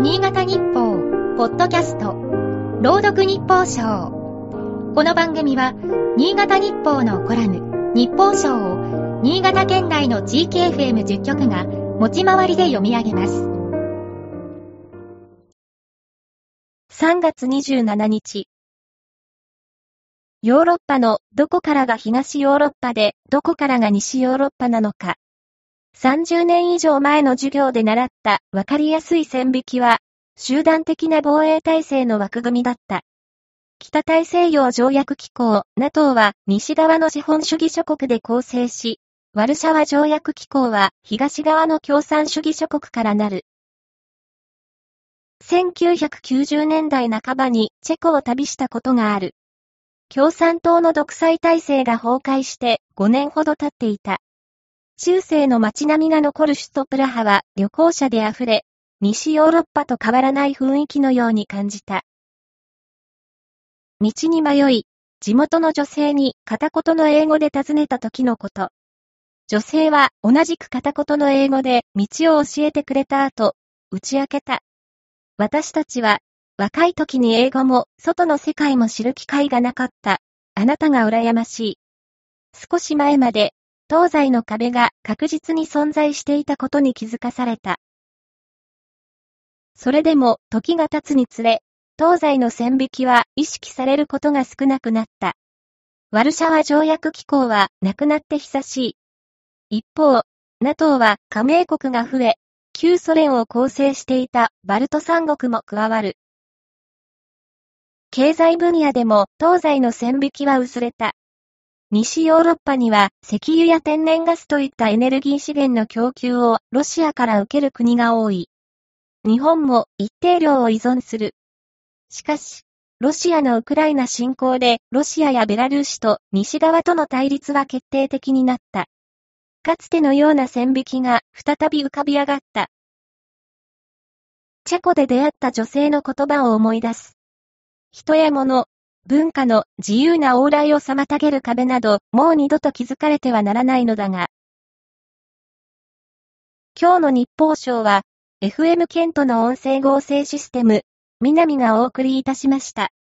新潟日報ポッドキャスト朗読日報賞。この番組は新潟日報のコラム日報賞を新潟県内の地域 FM10 局が持ち回りで読み上げます。 3月27日。ヨーロッパのどこからが東ヨーロッパでどこからが西ヨーロッパなのか。30年以上前の授業で習ったわかりやすい線引きは、集団的な防衛体制の枠組みだった。北大西洋条約機構 NATO は西側の資本主義諸国で構成し、ワルシャワ条約機構は東側の共産主義諸国からなる。1990年代半ばにチェコを旅したことがある。共産党の独裁体制が崩壊して5年ほど経っていた。中世の街並みが残る首都プラハは旅行者で溢れ、西ヨーロッパと変わらない雰囲気のように感じた。道に迷い、地元の女性に片言の英語で尋ねた時のこと。女性は同じく片言の英語で道を教えてくれた後、打ち明けた。私たちは若い時に英語も外の世界も知る機会がなかった。あなたが羨ましい。少し前まで東西の壁が確実に存在していたことに気づかされた。それでも時が経つにつれ、東西の線引きは意識されることが少なくなった。ワルシャワ条約機構はなくなって久しい。一方、NATO は加盟国が増え、旧ソ連を構成していたバルト三国も加わる。経済分野でも東西の線引きは薄れた。西ヨーロッパには石油や天然ガスといったエネルギー資源の供給をロシアから受ける国が多い。日本も一定量を依存する。しかし、ロシアのウクライナ侵攻でロシアやベラルーシと西側との対立は決定的になった。かつてのような線引きが再び浮かび上がった。チェコで出会った女性の言葉を思い出す。人や物、文化の自由な往来を妨げる壁など、もう二度と築かれてはならないのだが。今日の日報賞は、FM ケントの音声合成システム、南がお送りいたしました。